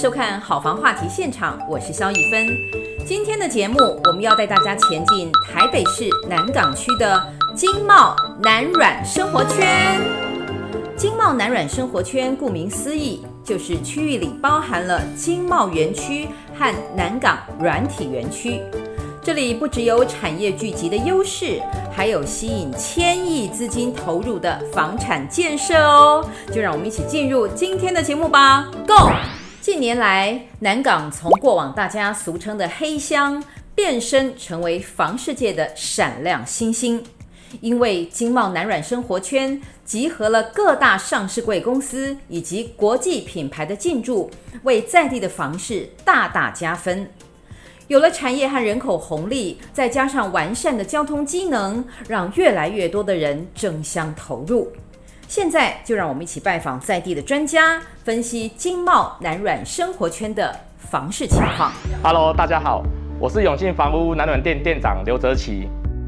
收看好房话题现场，我是萧一芬。今天的节目，我们要带大家前进台北市南港区的经贸南软生活圈。经贸南软生活圈顾名思义，就是区域里包含了经贸园区和南港软体园区。这里不只有产业聚集的优势，还有吸引千亿资金投入的房产建设哦。就让我们一起进入今天的节目吧 ，Go！ 近年来，南港从过往大家俗称的黑箱，变身成为房市界的闪亮新星。因为经贸南软生活圈集合了各大上市柜公司以及国际品牌的进驻，为在地的房市大大加分。有了产业和人口红利，再加上完善的交通机能，让越来越多的人争相投入。现在就让我们一起拜访在地的专家，分析经贸南软生活圈的房市情况。 Hello， 大家好，我是永信房屋南软店店长刘哲奇。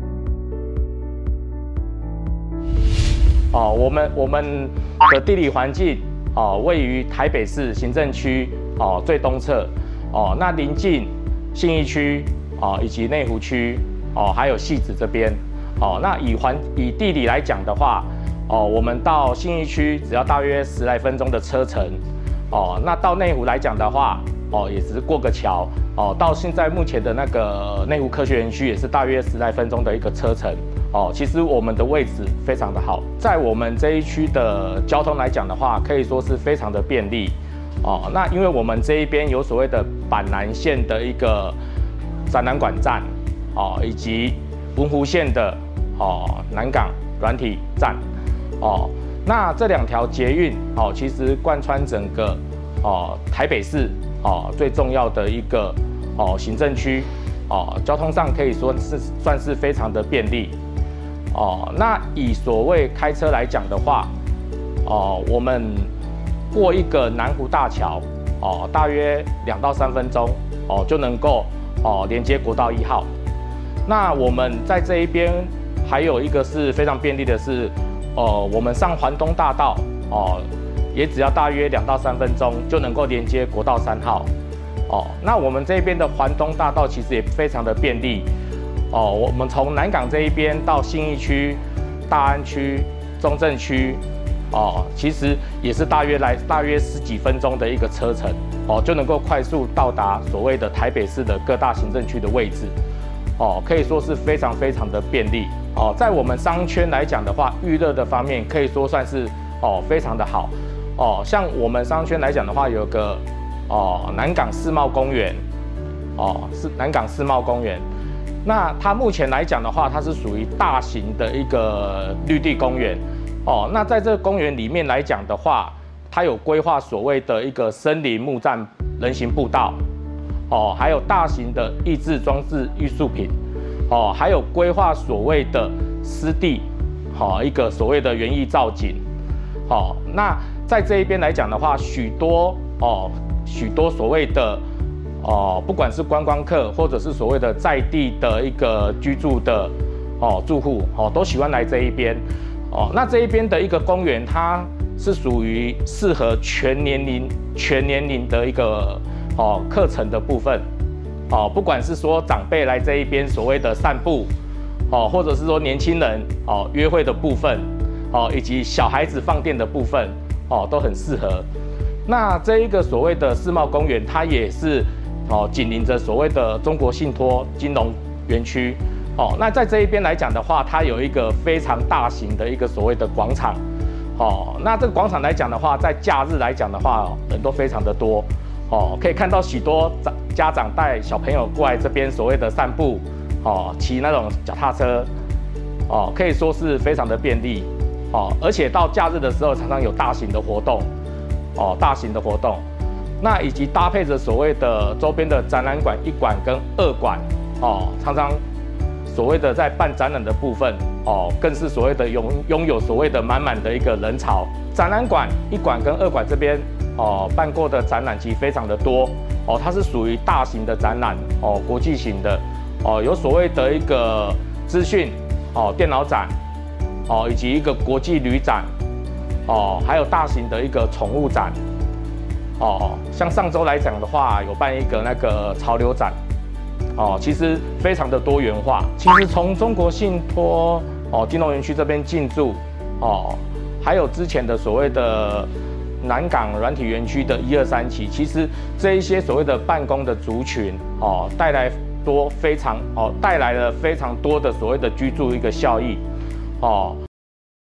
我们的地理环境位于台北市行政区最东侧那临近信义区以及内湖区还有汐止这边那以地理来讲的话我们到信义区只要大约10来分钟的车程那到内湖来讲的话也只是过个桥到现在目前的那个内湖科学园区也是大约10来分钟的一个车程其实我们的位置非常的好，在我们这一区的交通来讲的话，可以说是非常的便利那因为我们这一边有所谓的板南线的一个展览馆站以及文湖线的南港软体站那这两条捷运其实贯穿整个台北市最重要的一个行政区交通上可以说是算是非常的便利那以所谓开车来讲的话我们过一个南湖大桥大约2到3分钟就能够连接国道1号。那我们在这一边还有一个是非常便利的是我们上环东大道也只要大约2到3分钟就能够连接国道3号那我们这边的环东大道其实也非常的便利我们从南港这一边到信义区、大安区、中正区其实也是大约10几分钟的一个车程就能够快速到达所谓的台北市的各大行政区的位置可以说是非常非常的便利在我们商圈来讲的话，预热的方面可以说算是非常的好像我们商圈来讲的话，有个南港世贸公园是南港世贸公园。那它目前来讲的话，它是属于大型的一个绿地公园那在这个公园里面来讲的话，它有规划所谓的一个森林木栈人行步道还有大型的益智装置艺术品还有规划所谓的湿地一个所谓的园艺造景那在这一边来讲的话，许多所谓的不管是观光客或者是所谓的在地的一个居住的住户都喜欢来这一边那这一边的一个公园，它是属于适合全年龄的一个课程的部分不管是说长辈来这一边所谓的散步或者是说年轻人约会的部分以及小孩子放电的部分都很适合。那这一个所谓的世贸公园，它也是紧邻着所谓的中国信托金融园区那在这一边来讲的话，它有一个非常大型的一个所谓的广场那这个广场来讲的话，在假日来讲的话人都非常的多可以看到许多家长带小朋友过来这边所谓的散步骑那种脚踏车可以说是非常的便利而且到假日的时候常常有大型的活动那以及搭配着所谓的周边的展览馆1馆跟2馆常常所谓的在办展览的部分更是所谓的拥有所谓的满满的一个人潮。展览馆1馆跟2馆这边办过的展览其实非常的多它是属于大型的展览国际型的有所谓的一个资讯电脑展以及一个国际旅展还有大型的一个宠物展像上周来讲的话，有办一个那个潮流展，其实非常的多元化。其实从中国信托金融园区这边进驻，还有之前的所谓的南港软体园区的1、2、3期，其实这一些所谓的办公的族群，带来了非常多的所谓的居住一个效益，